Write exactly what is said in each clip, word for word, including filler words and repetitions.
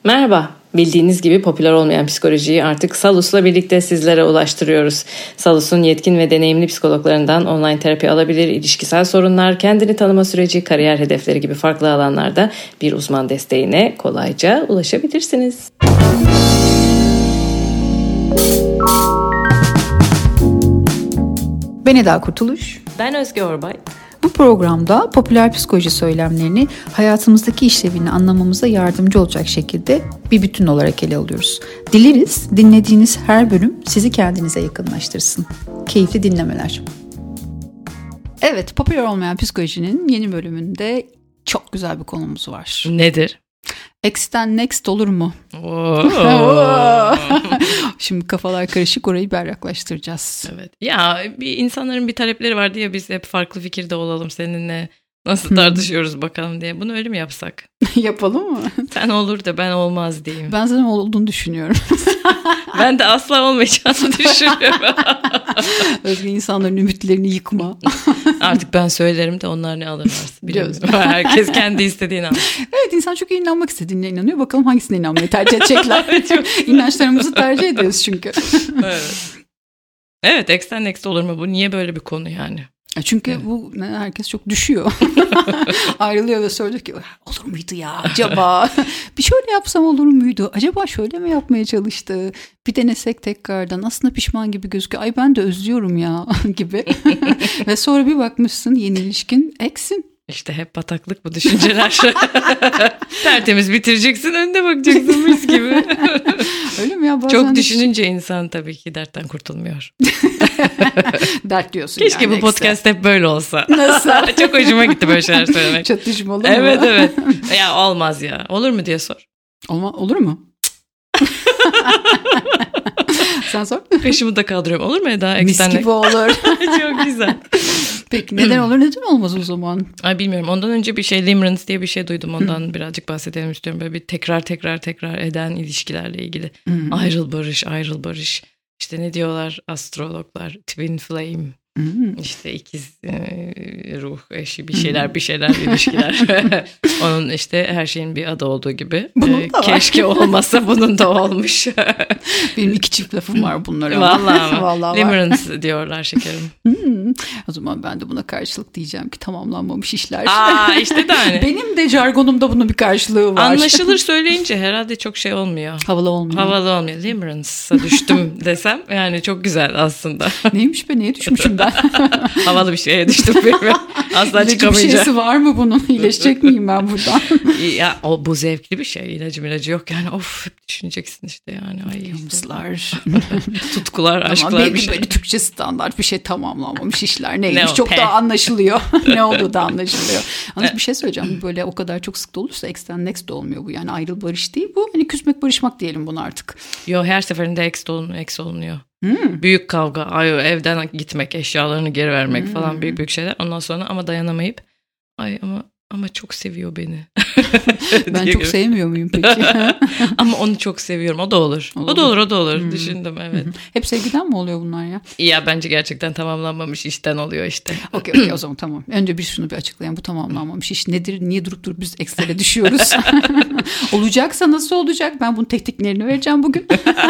Merhaba, bildiğiniz gibi popüler olmayan psikolojiyi artık Salus'la birlikte sizlere ulaştırıyoruz. Salus'un yetkin ve deneyimli psikologlarından online terapi alabilir, ilişkisel sorunlar, kendini tanıma süreci, kariyer hedefleri gibi farklı alanlarda bir uzman desteğine kolayca ulaşabilirsiniz. Ben Eda Kurtuluş. Ben Özge Orbay. Bu programda popüler psikoloji söylemlerini hayatımızdaki işlevini anlamamıza yardımcı olacak şekilde bir bütün olarak ele alıyoruz. Dileriz dinlediğiniz her bölüm sizi kendinize yakınlaştırsın. Keyifli dinlemeler. Evet, popüler olmayan psikolojinin yeni bölümünde çok güzel bir konumuz var. Nedir? X'ten next olur mu? Şimdi kafalar karışık, orayı berraklaştıracağız. Evet. Ya bir insanların bir talepleri var diye biz hep farklı fikirde olalım seninle. Nasıl tartışıyoruz bakalım diye. Bunu öyle mi yapsak? Yapalım mı? Sen olur da ben olmaz diyeyim. Ben zaten olduğunu düşünüyorum. Ben de asla olmayacağını düşünüyorum. Özgür, insanların ümitlerini yıkma. Artık ben söylerim de onlar ne alırlarsa. Biliyoruz. Herkes kendi istediğini alır. Evet, insan çok iyi inanmak istediğine inanıyor. Bakalım hangisine inanmayı tercih edecekler. İnançlarımızı tercih ediyoruz çünkü. Evet. Evet, X'ten next olur mu? Bu niye böyle bir konu yani? Çünkü evet. Bu herkes çok düşüyor. Ayrılıyor ve söylüyor ki olur muydu ya acaba? Bir şöyle yapsam olur muydu? Acaba şöyle mi yapmaya çalıştı? Bir denesek tekrardan. Aslında pişman gibi gözüküyor. Ay ben de özlüyorum ya gibi. Ve sonra bir bakmışsın yeni ilişkin eksin. İşte hep bataklık bu düşünceler. Tertemiz bitireceksin, önüne bakacaksın mis gibi. Öyle mi ya? Bazen çok düşününce hiç... insan tabii ki dertten kurtulmuyor. Dert diyorsun. Keşke yani, bu podcast hep böyle olsa. Nasıl? Çok hoşuma gitti böyle şeyler söylemek. Çatışmalı mı? Evet evet. Ya olmaz ya. Olur mu diye sor. Olma, olur mu? Sen sor. Kaşımı da kaldırıyorum. Olur mu Eda? Mis Ekstenle... gibi olur. Çok güzel. Peki neden olur, neden olmaz o zaman? Ay bilmiyorum. Ondan önce bir şey limerence diye bir şey duydum. Ondan birazcık bahsedelim istiyorum. Böyle bir tekrar tekrar tekrar eden ilişkilerle ilgili. Hmm. Ayrıl barış, ayrıl barış. İşte ne diyorlar astrologlar? Twin flame. Hmm. İşte ikiz e, ruh eşi bir şeyler bir şeyler ilişkiler. Onun işte her şeyin bir adı olduğu gibi. Bunun E, da keşke olmasa bunun da olmuş. Benim iki çift lafım var bunlara. Vallahi, Vallahi limerence diyorlar şekerim. Hmm. O zaman ben de buna karşılık diyeceğim ki tamamlanmamış işler. Aa işte de hani. Benim de jargonumda bunun bir karşılığı var. Anlaşılır söyleyince herhalde çok şey olmuyor. Havalı olmuyor. Havalı olmuyor. Limerence'a düştüm desem yani çok güzel aslında. Neymiş be, neye düşmüşüm ben? Havalı bir şeye düştüm benim. Asla İlacı çıkamayacağım. bir şeysi var mı bunun? İyileşecek miyim ben buradan? Ya o bu zevkli bir şey. İlacı ilacı yok yani. Of hep düşüneceksin işte yani. Ay Yalnızlar. Tutkular, aşklar tamam, bir şey. Böyle Türkçe standart bir şey tamamlanmamış işler neymiş? Ne o, çok P. daha anlaşılıyor. Ne olduğu da anlaşılıyor. Yalnız bir şey söyleyeceğim. Böyle o kadar çok sık da olursa X'ten next de olmuyor bu. Yani ayrıl barış değil bu. Hani küsmek barışmak diyelim bunu artık. Yo, her seferinde ex olunuyor. Ex olunuyor. Hmm. Büyük kavga, ay evden gitmek, eşyalarını geri vermek Hmm. falan büyük büyük şeyler. Ondan sonra ama dayanamayıp ay ama ama çok seviyor beni. Ben çok sevmiyor muyum peki? Ama onu çok seviyorum. O da olur. olur. O da olur, o da olur. Hmm. Düşündüm evet. Hep sevgiden mi oluyor bunlar ya? Ya bence gerçekten tamamlanmamış işten oluyor işte. Okey okey o zaman tamam. Önce bir şunu bir açıklayalım. Bu tamamlanmamış iş nedir? Niye durup durup biz ekstraya düşüyoruz? Olacaksa nasıl olacak? Ben bunun tekniklerini vereceğim bugün.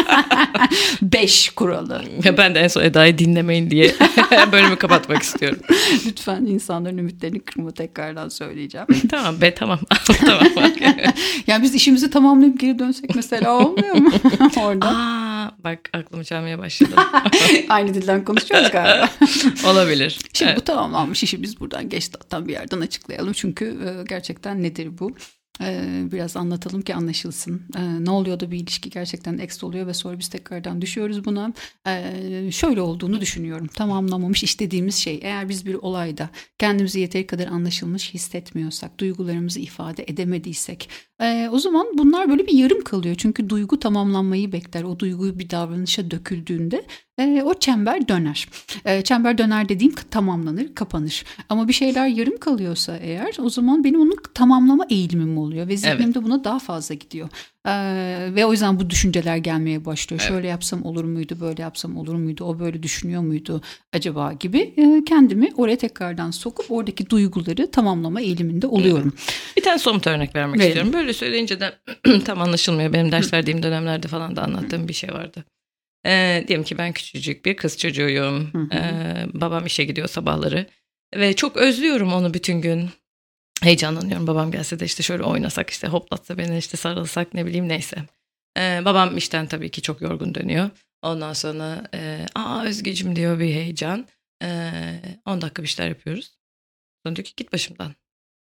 Beş kuralı. Ben de en son Eda'yı dinlemeyin diye bölümü kapatmak istiyorum. Lütfen insanların ümitlerini kırma, tekrardan söyleyeceğim. Tamam be tamam. Tamam. Yani biz işimizi tamamlayıp geri dönsek mesela olmuyor mu? Orada. Aa, bak aklımı çalmaya başladı. Aynı dilden konuşuyoruz galiba. Olabilir. Şimdi evet. Bu tamamlanmış işi biz buradan Gestadt'tan bir yerden açıklayalım. Çünkü gerçekten nedir bu? Biraz anlatalım ki anlaşılsın. Ne oluyor da bir ilişki gerçekten ex oluyor ve sonra biz tekrardan düşüyoruz buna. Şöyle olduğunu düşünüyorum. Tamamlanmamış istediğimiz şey, eğer biz bir olayda kendimizi yeteri kadar anlaşılmış hissetmiyorsak, duygularımızı ifade edemediysek, o zaman bunlar böyle bir yarım kalıyor. Çünkü duygu tamamlanmayı bekler. O duyguyu bir davranışa döküldüğünde E, o çember döner. E, çember döner dediğim tamamlanır, kapanır. Ama bir şeyler yarım kalıyorsa eğer, o zaman benim onu tamamlama eğilimim oluyor ve zihnimde evet. buna daha fazla gidiyor. Ee, ve o yüzden bu düşünceler gelmeye başlıyor. Evet. Şöyle yapsam olur muydu, böyle yapsam olur muydu, o böyle düşünüyor muydu acaba gibi ee, kendimi oraya tekrardan sokup oradaki duyguları tamamlama eğiliminde oluyorum. Evet. Bir tane somut örnek vermek Verin. istiyorum. Böyle söyleyince de tam anlaşılmıyor. Benim ders verdiğim dönemlerde falan da anlattığım bir şey vardı. Ee, diyelim ki ben küçücük bir kız çocuğuyum. Ee, babam işe gidiyor sabahları ve çok özlüyorum onu bütün gün. Heyecanlanıyorum, babam gelse de işte şöyle oynasak, işte hoplatsa beni, işte sarılsak, ne bileyim, neyse. Ee, babam işten tabii ki çok yorgun dönüyor. Ondan sonra e, aa Özgeciğim diyor, bir heyecan. Ee, on dakika bir şeyler yapıyoruz. Sonra diyor ki git başımdan.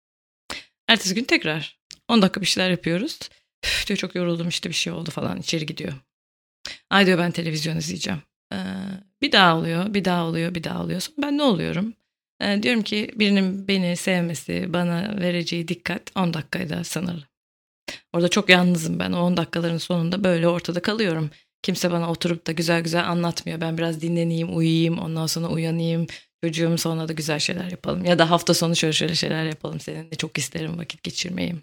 Ertesi gün tekrar on dakika bir şeyler yapıyoruz. Üf, diyor çok yoruldum, işte bir şey oldu falan, içeri gidiyor. Ay diyor ben televizyon izleyeceğim. Ee, bir daha oluyor, bir daha oluyor, bir daha oluyor. Sonra ben ne oluyorum? Ee, diyorum ki birinin beni sevmesi, bana vereceği dikkat on dakikayla sınırlı. Orada çok yalnızım ben. O on dakikaların sonunda böyle ortada kalıyorum. Kimse bana oturup da güzel güzel anlatmıyor. Ben biraz dinleneyim, uyuyayım, ondan sonra uyanayım. Çocuğum sonra da güzel şeyler yapalım. Ya da hafta sonu şöyle şöyle şeyler yapalım. Seninle çok isterim vakit geçirmeyi.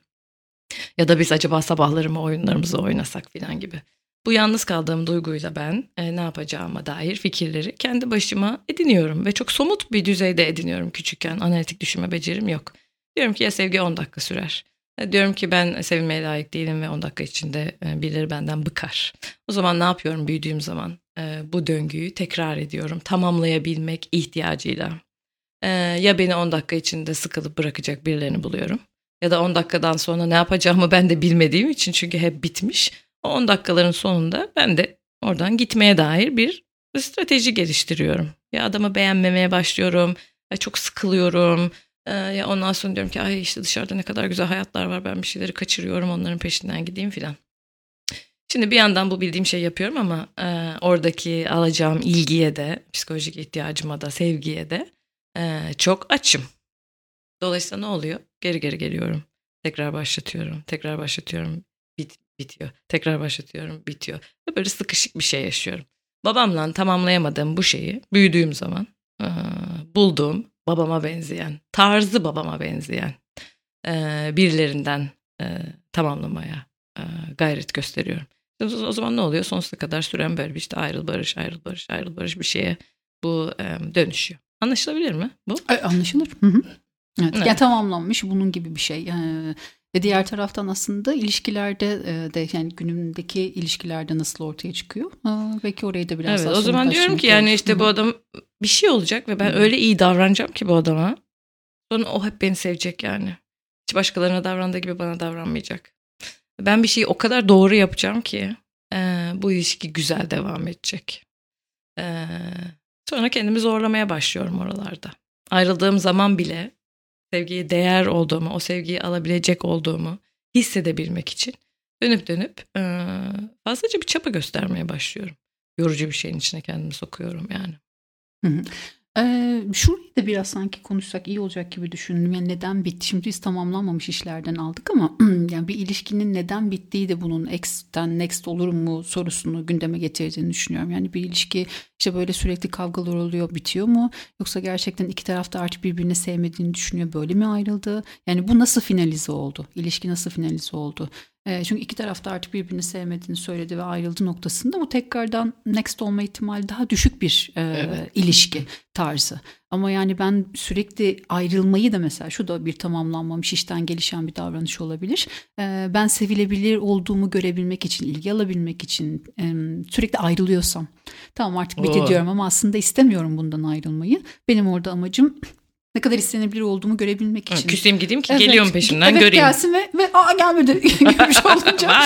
Ya da biz acaba sabahları mı oyunlarımızı oynasak falan gibi. Bu yalnız kaldığım duyguyla ben e, ne yapacağıma dair fikirleri kendi başıma ediniyorum. Ve çok somut bir düzeyde ediniyorum küçükken. Analitik düşünme becerim yok. Diyorum ki ya sevgi on dakika sürer. E, diyorum ki ben sevilmeye layık değilim ve on dakika içinde e, birileri benden bıkar. O zaman ne yapıyorum büyüdüğüm zaman? E, bu döngüyü tekrar ediyorum. Tamamlayabilmek ihtiyacıyla. E, ya beni on dakika içinde sıkılıp bırakacak birilerini buluyorum. Ya da on dakikadan sonra ne yapacağımı ben de bilmediğim için, çünkü hep bitmiş. O on dakikaların sonunda ben de oradan gitmeye dair bir strateji geliştiriyorum. Ya adamı beğenmemeye başlıyorum. Ya çok sıkılıyorum. Ya ondan sonra diyorum ki ay işte dışarıda ne kadar güzel hayatlar var. Ben bir şeyleri kaçırıyorum, onların peşinden gideyim filan. Şimdi bir yandan bu bildiğim şeyi yapıyorum ama e, oradaki alacağım ilgiye de, psikolojik ihtiyacıma da, sevgiye de e, çok açım. Dolayısıyla ne oluyor? Geri geri geliyorum. Tekrar başlatıyorum. Tekrar başlatıyorum. Bit, bitiyor. Tekrar başlatıyorum. Bitiyor. Ve böyle sıkışık bir şey yaşıyorum. Babamla tamamlayamadığım bu şeyi büyüdüğüm zaman e, bulduğum, babama benzeyen, tarzı babama benzeyen e, birilerinden e, tamamlamaya e, gayret gösteriyorum. O zaman ne oluyor? Sonsuza kadar süren böyle bir işte ayrıl barış, ayrıl barış, ayrıl barış bir şeye bu e, dönüşüyor. Anlaşılabilir mi bu? E, anlaşılır. Hı hı. Evet, evet. Ya tamamlanmış bunun gibi bir şey. Yani, ve diğer taraftan aslında ilişkilerde de, yani günümdeki ilişkilerde nasıl ortaya çıkıyor? Aa, belki orayı da biraz evet, daha o zaman diyorum ki yani işte Hı-hı. bu adam bir şey olacak ve ben Hı-hı. öyle iyi davranacağım ki bu adama. Sonra o hep beni sevecek yani. Hiç başkalarına davrandığı gibi bana davranmayacak. Ben bir şeyi o kadar doğru yapacağım ki e, bu ilişki güzel devam edecek. E, sonra kendimi zorlamaya başlıyorum oralarda. Ayrıldığım zaman bile sevgiye değer olduğumu, o sevgiyi alabilecek olduğumu hissedebilmek için dönüp dönüp e, fazlaca bir çaba göstermeye başlıyorum. Yorucu bir şeyin içine kendimi sokuyorum yani. Hı hı. Ee, şurayı da biraz sanki konuşsak iyi olacak gibi düşündüm. Yani neden bitti? Şimdi biz tamamlanmamış işlerden aldık ama yani bir ilişkinin neden bittiği de bunun ex'ten next olur mu sorusunu gündeme getirdiğini düşünüyorum. Yani bir ilişki işte böyle sürekli kavgalar oluyor, bitiyor mu? Yoksa gerçekten iki tarafta artık birbirini sevmediğini düşünüyor, böyle mi ayrıldı? Yani bu nasıl finalize oldu? İlişki nasıl finalize oldu? E, çünkü iki tarafta artık birbirini sevmediğini söyledi ve ayrıldı noktasında bu tekrardan next olma ihtimali daha düşük bir e, evet. ilişki tarzı. Ama yani ben sürekli ayrılmayı da, mesela şu da bir tamamlanmamış işten gelişen bir davranış olabilir. E, ben sevilebilir olduğumu görebilmek için, ilgi alabilmek için e, sürekli ayrılıyorsam, tamam artık bitti Oo. diyorum ama aslında istemiyorum bundan ayrılmayı. Benim orada amacım ne kadar istenebilir olduğumu görebilmek için. Küseyim gideyim ki evet, geliyorum peşinden evet, göreyim. Evet gelsin ve, ve aa gelmedi görmüş olunca.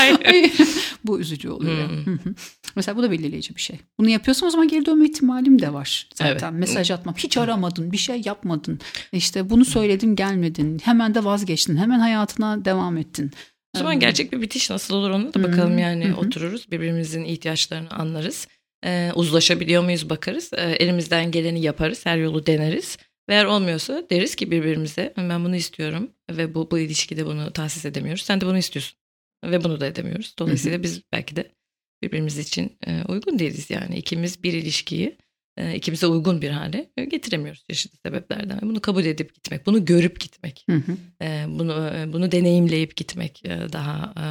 Bu üzücü oluyor. Hmm. Mesela bu da belirleyici bir şey. Bunu yapıyorsam o zaman geri dönme ihtimalim de var zaten. Evet. Mesaj atmam. Hiç aramadın, bir şey yapmadın. İşte bunu söyledim gelmedin. Hemen de vazgeçtin. Hemen hayatına devam ettin. O zaman gerçek bir bitiş nasıl olur ona da bakalım yani. Hı-hı. Otururuz, birbirimizin ihtiyaçlarını anlarız. Ee, uzlaşabiliyor muyuz bakarız. Ee, elimizden geleni yaparız, her yolu deneriz. Ve eğer olmuyorsa deriz ki birbirimize ben bunu istiyorum ve bu, bu ilişkide bunu tahsis edemiyoruz. Sen de bunu istiyorsun ve bunu da edemiyoruz. Dolayısıyla biz belki de birbirimiz için e, uygun değiliz yani. İkimiz bir ilişkiyi e, ikimize uygun bir hale getiremiyoruz çeşitli sebeplerden. Bunu kabul edip gitmek, bunu görüp gitmek, hı hı. E, bunu bunu deneyimleyip gitmek e, daha e,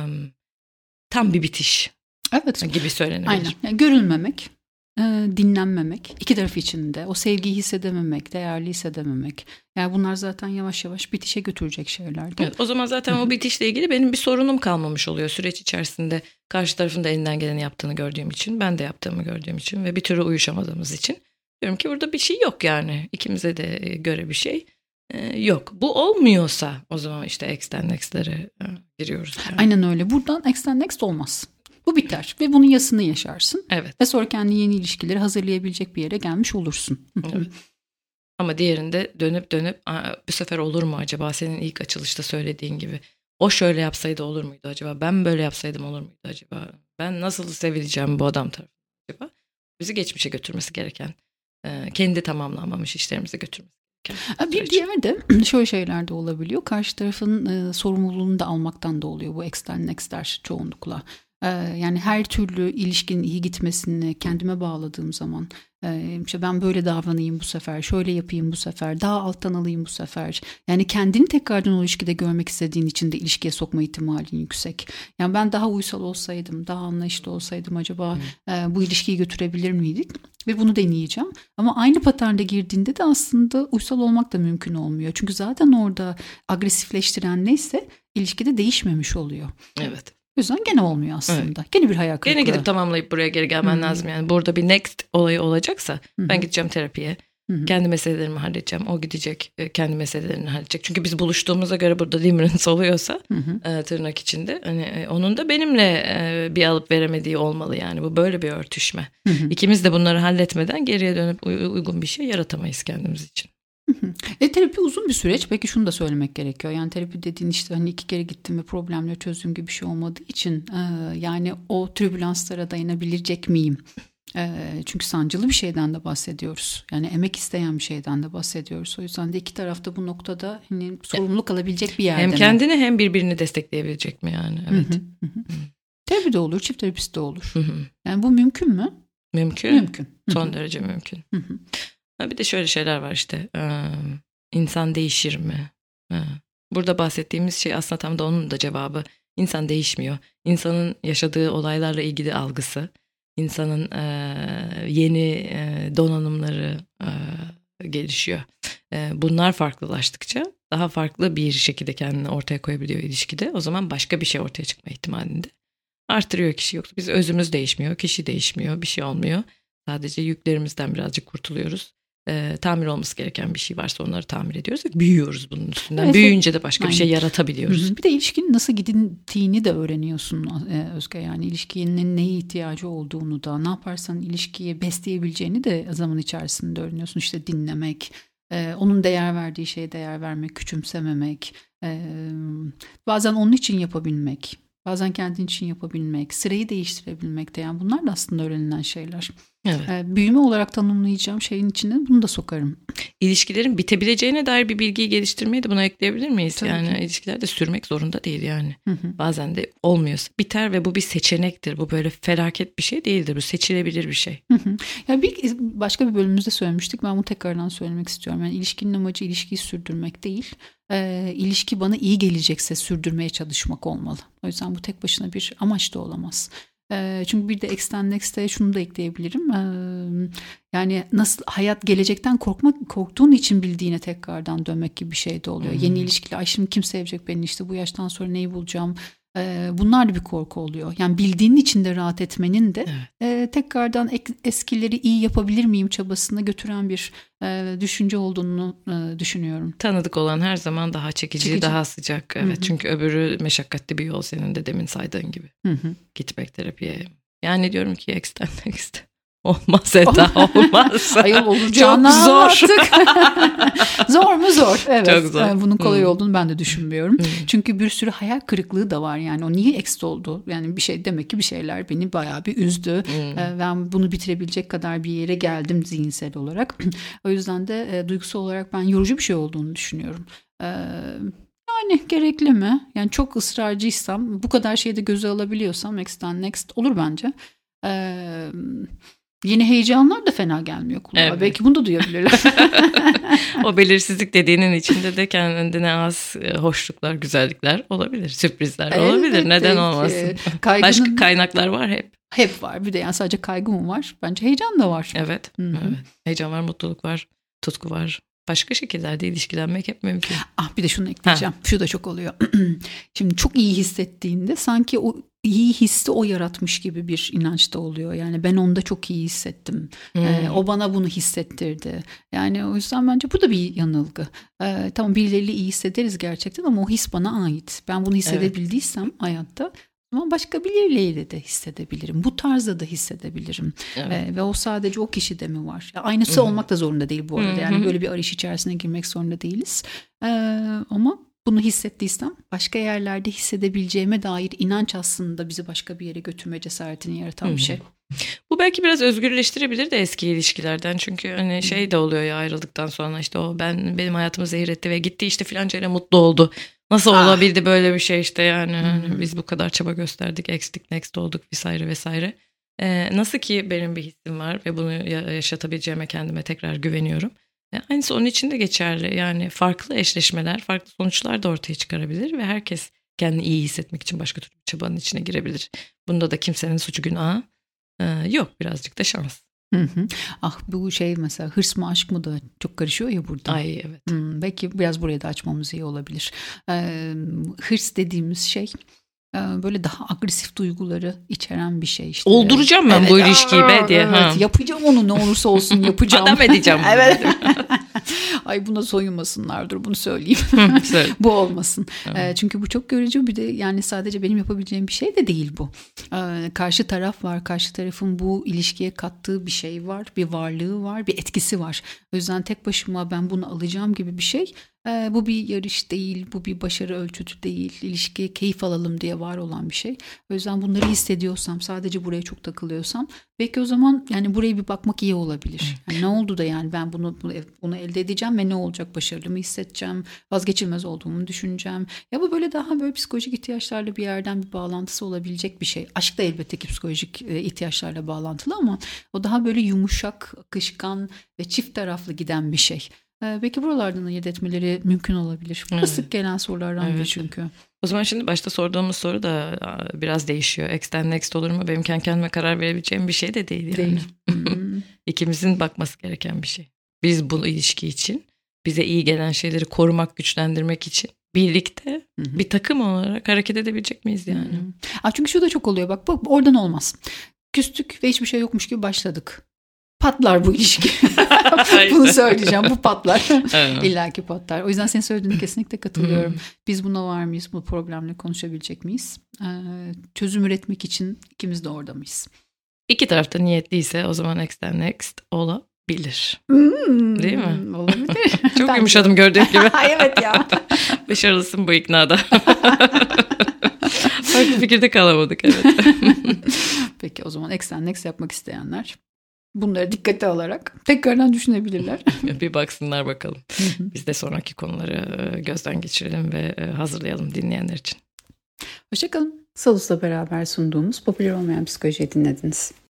tam bir bitiş. Evet. Gibi söylenebilir. Aynen. Yani görülmemek, dinlenmemek, iki taraf için de o sevgiyi hissedememek, değerli hissedememek. Yani bunlar zaten yavaş yavaş bitişe götürecek şeyler. Evet, o zaman zaten Hı-hı. o bitişle ilgili benim bir sorunum kalmamış oluyor. Süreç içerisinde karşı tarafın da elinden geleni yaptığını gördüğüm için, ben de yaptığımı gördüğüm için ve bir türlü uyuşamadığımız için diyorum ki burada bir şey yok yani. İkimize de göre bir şey e, yok. Bu olmuyorsa o zaman işte X'ten Next'lere e, giriyoruz. Yani. Aynen öyle. Buradan X'ten Next olmaz. Bu biter ve bunun yasını yaşarsın. Evet. Ve sonra kendi yeni ilişkileri hazırlayabilecek bir yere gelmiş olursun. Evet. Ama diğerinde dönüp dönüp bu sefer olur mu acaba, senin ilk açılışta söylediğin gibi. O şöyle yapsaydı olur muydu acaba? Ben böyle yapsaydım olur muydu acaba? Ben nasıl sevileceğim bu adam tarafından acaba? Bizi geçmişe götürmesi gereken, kendi tamamlanmamış işlerimize götürmesi gereken. Bir diğer de şöyle şeyler de olabiliyor. Karşı tarafın e, sorumluluğunu da almaktan da oluyor bu X'ten Next'ler çoğunlukla. Yani her türlü ilişkinin iyi gitmesini kendime bağladığım zaman işte ben böyle davranayım bu sefer, şöyle yapayım bu sefer, daha alttan alayım bu sefer. Yani kendini tekrardan o ilişkide görmek istediğin için de ilişkiye sokma ihtimalin yüksek. Yani ben daha uysal olsaydım, daha anlayışlı olsaydım acaba hmm. bu ilişkiyi götürebilir miydik? Ve bunu deneyeceğim. Ama aynı paternde girdiğinde de aslında uysal olmak da mümkün olmuyor. Çünkü zaten orada agresifleştiren neyse ilişkide değişmemiş oluyor. Evet. O yüzden gene olmuyor aslında. Evet. Gene bir hayal kırıklığı. Gene gidip tamamlayıp buraya geri gelmen hmm. lazım. Yani burada bir next olayı olacaksa hmm. ben gideceğim terapiye. Hmm. Kendi meselelerimi halledeceğim. O gidecek kendi meselelerini halledecek. Çünkü biz buluştuğumuza göre burada limerence oluyorsa hmm. e, tırnak içinde. Hani e, onun da benimle e, bir alıp veremediği olmalı yani. Bu böyle bir örtüşme. Hmm. İkimiz de bunları halletmeden geriye dönüp uygun bir şey yaratamayız kendimiz için. E, terapi uzun bir süreç. Peki şunu da söylemek gerekiyor. Yani terapi dediğin işte hani iki kere gittim ve problemleri çözdüğüm gibi bir şey olmadığı için e, yani o türbülanslara dayanabilecek miyim? E, çünkü sancılı bir şeyden de bahsediyoruz. Yani emek isteyen bir şeyden de bahsediyoruz. O yüzden de iki tarafta bu noktada hani sorumluluk alabilecek bir yerde hem mi? kendini hem birbirini destekleyebilecek mi yani? Evet. Hı hı, hı. Terapi de olur, çift terapist de olur. Hı hı. Yani bu mümkün mü? Mümkün. Mümkün. Son Hı hı. derece mümkün. Hı hı. Bir de şöyle şeyler var işte. İnsan değişir mi? Burada bahsettiğimiz şey aslında tam da onun da cevabı. İnsan değişmiyor. İnsanın yaşadığı olaylarla ilgili algısı, insanın yeni donanımları gelişiyor. Bunlar farklılaştıkça daha farklı bir şekilde kendini ortaya koyabiliyor ilişkide. O zaman başka bir şey ortaya çıkma ihtimalinde artırıyor kişi. Yoksa biz özümüz değişmiyor, kişi değişmiyor, bir şey olmuyor. Sadece yüklerimizden birazcık kurtuluyoruz. E, tamir olması gereken bir şey varsa onları tamir ediyoruz. Büyüyoruz bunun üstünden. Evet, büyüyünce de başka aynen. bir şey yaratabiliyoruz. Bir de ilişkinin nasıl gidildiğini de öğreniyorsun Özge. Yani ilişkinin neye ihtiyacı olduğunu da, ne yaparsan ilişkiyi besleyebileceğini de zaman içerisinde öğreniyorsun. İşte dinlemek, e, onun değer verdiği şeye değer vermek, küçümsememek, e, bazen onun için yapabilmek. Bazen kendin için yapabilmek, sırayı değiştirebilmek de yani bunlar da aslında öğrenilen şeyler. Evet. Ee, büyüme olarak tanımlayacağım şeyin içine bunu da sokarım. İlişkilerin bitebileceğine dair bir bilgiyi geliştirmeyi de buna ekleyebilir miyiz? Tabii yani ki. İlişkiler de sürmek zorunda değil yani. Hı hı. Bazen de olmuyorsa biter ve bu bir seçenektir. Bu böyle felaket bir şey değildir. Bu seçilebilir bir şey. Hı hı. Ya bir başka bir bölümümüzde söylemiştik. Ben bunu tekrardan söylemek istiyorum. Yani ilişkinin amacı ilişkiyi sürdürmek değil. E, ilişki bana iyi gelecekse sürdürmeye çalışmak olmalı. O yüzden bu tek başına bir amaç da olamaz. E, çünkü bir de X'ten Next'e şunu da ekleyebilirim. E, yani nasıl hayat gelecekten korkmak, korktuğun için bildiğine tekrardan dönmek gibi bir şey de oluyor. Hmm. Yeni ilişkiler, ay şimdi kim sevecek beni, işte bu yaştan sonra neyi bulacağım? E, bunlar da bir korku oluyor. Yani bildiğinin içinde rahat etmenin de evet. e, tekrardan ek, eskileri iyi yapabilir miyim çabasına götüren bir e, düşünce olduğunu e, düşünüyorum. Tanıdık olan her zaman daha çekici, çekici. daha sıcak. Evet. Hı-hı. Çünkü öbürü meşakkatli bir yol, senin de demin saydığın gibi. Hı-hı. Gitmek terapiye. Yani diyorum ki X'ten Next'e. Olmaz Eda, olmaz. Ayol olacağını çok zor. Zor mu zor? Evet. Çok zor. Yani bunun kolay hmm. olduğunu ben de düşünmüyorum. Hmm. Çünkü bir sürü hayal kırıklığı da var. Yani o niye eksi oldu? Yani bir şey demek ki bir şeyler beni bayağı bir üzdü. Hmm. Ben bunu bitirebilecek kadar bir yere geldim zihinsel olarak. O yüzden de e, duygusal olarak ben yorucu bir şey olduğunu düşünüyorum. E, yani gerekli mi? Yani çok ısrarcıysam, bu kadar şeyi de göze alabiliyorsam X'ten Next olur bence. Eee Yeni heyecanlar da fena gelmiyor kulağa. Evet. Belki bunu da duyabilirler. O belirsizlik dediğinin içinde de kendine az hoşluklar, güzellikler olabilir. Sürprizler evet, olabilir. Neden olmasın? Kaygının... Başka kaynaklar var hep. Hep var. Bir de yani sadece kaygı mı var? Bence heyecan da var. Evet. evet. Heyecan var, mutluluk var, tutku var. Başka şekillerde ilişkilenmek hep mümkün. Ah bir de şunu ekleyeceğim. Ha. Şu da çok oluyor. Şimdi çok iyi hissettiğinde sanki o iyi hissi o yaratmış gibi bir inanç da oluyor. Yani ben onda çok iyi hissettim. Hmm. Ee, o bana bunu hissettirdi. Yani o yüzden bence bu da bir yanılgı. Ee, tamam birileriyle iyi hissederiz gerçekten ama o his bana ait. Ben bunu hissedebildiysem evet. hayatta ama başka birileriyle de hissedebilirim. Bu tarzda da hissedebilirim. Evet. Ee, ve o sadece o kişide mi var? Ya, aynısı Hı-hı. olmak da zorunda değil bu arada. Hı-hı. Yani böyle bir arayış içerisine girmek zorunda değiliz. Ee, ama bunu hissettiysem başka yerlerde hissedebileceğime dair inanç aslında bizi başka bir yere götürme cesaretini yaratan Hı-hı. bir şey. Bu belki biraz özgürleştirebilir de eski ilişkilerden. Çünkü hani şey de oluyor ya ayrıldıktan sonra işte o ben benim hayatımı zehir etti ve gitti işte filancayla mutlu oldu. Nasıl ah. olabildi böyle bir şey işte yani hmm. hani biz bu kadar çaba gösterdik, ekstik, next olduk vesaire vesaire. Ee, nasıl ki benim bir hissim var ve bunu yaşatabileceğime kendime tekrar güveniyorum. E, aynısı onun için de geçerli. Yani farklı eşleşmeler, farklı sonuçlar da ortaya çıkarabilir ve herkes kendini iyi hissetmek için başka türlü bir çabanın içine girebilir. Bunda da kimsenin suçu günahı e, yok, birazcık da şans. Hı hı. Ah bu şey mesela hırs mı aşk mı da çok karışıyor ya burada. Ay evet. Hmm, belki biraz buraya da açmamız iyi olabilir. Ee, hırs dediğimiz şey böyle daha agresif duyguları içeren bir şey işte. Olduracağım ben evet, bu ilişkiyi be diye. Evet, ha. Yapacağım onu ne olursa olsun yapacağım. Adam edeceğim. Evet. Ay buna soyunmasınlar dur bunu söyleyeyim. Bu olmasın. Tamam. Çünkü bu çok görücü bir de yani sadece benim yapabileceğim bir şey de değil bu. Karşı taraf var. Karşı tarafın bu ilişkiye kattığı bir şey var. Bir varlığı var. Bir etkisi var. O yüzden tek başıma ben bunu alacağım gibi bir şey. Bu bir yarış değil, bu bir başarı ölçütü değil, ilişkiye keyif alalım diye var olan bir şey. O yüzden bunları hissediyorsam, sadece buraya çok takılıyorsam, belki o zaman yani buraya bir bakmak iyi olabilir. Yani ne oldu da yani ben bunu bunu elde edeceğim ve ne olacak, başarılı mı hissedeceğim, vazgeçilmez olduğumu düşüneceğim. Ya bu böyle daha böyle psikolojik ihtiyaçlarla bir yerden bir bağlantısı olabilecek bir şey. Aşk da elbette ki psikolojik ihtiyaçlarla bağlantılı ama o daha böyle yumuşak, akışkan ve çift taraflı giden bir şey. Belki buralardan ayırt etmeleri mümkün olabilir. Bu evet. sık gelen sorulardan biri evet. çünkü. O zaman şimdi başta sorduğumuz soru da biraz değişiyor. X'ten next olur mu? Benim kendi kendime karar verebileceğim bir şey de değil. Yani. Değil. İkimizin bakması gereken bir şey. Biz bu ilişki için bize iyi gelen şeyleri korumak, güçlendirmek için birlikte Hı-hı. bir takım olarak hareket edebilecek miyiz yani? Hı-hı. Çünkü şu da çok oluyor bak, bak oradan olmaz. Küstük ve hiçbir şey yokmuş gibi başladık. Patlar bu ilişki. Bunu söyleyeceğim. Bu patlar. Evet. İlla ki patlar. O yüzden senin söylediğine kesinlikle katılıyorum. Hmm. Biz buna var mıyız? Bu problemle konuşabilecek miyiz? Ee, çözüm üretmek için ikimiz de orada mıyız? İki tarafta niyetliyse o zaman X'ten next olabilir. Hmm. Değil mi? Olabilir. Çok yumuşadım gördüğün gibi. Evet ya. Başarılısın bu iknada. Farklı fikirde kalamadık evet. Peki o zaman X'ten next yapmak isteyenler bunları dikkate alarak tekrardan düşünebilirler. Bir baksınlar bakalım. Biz de sonraki konuları gözden geçirelim ve hazırlayalım dinleyenler için. Hoşçakalın. Salus'la beraber sunduğumuz Popüler Olmayan Psikoloji'yi dinlediniz.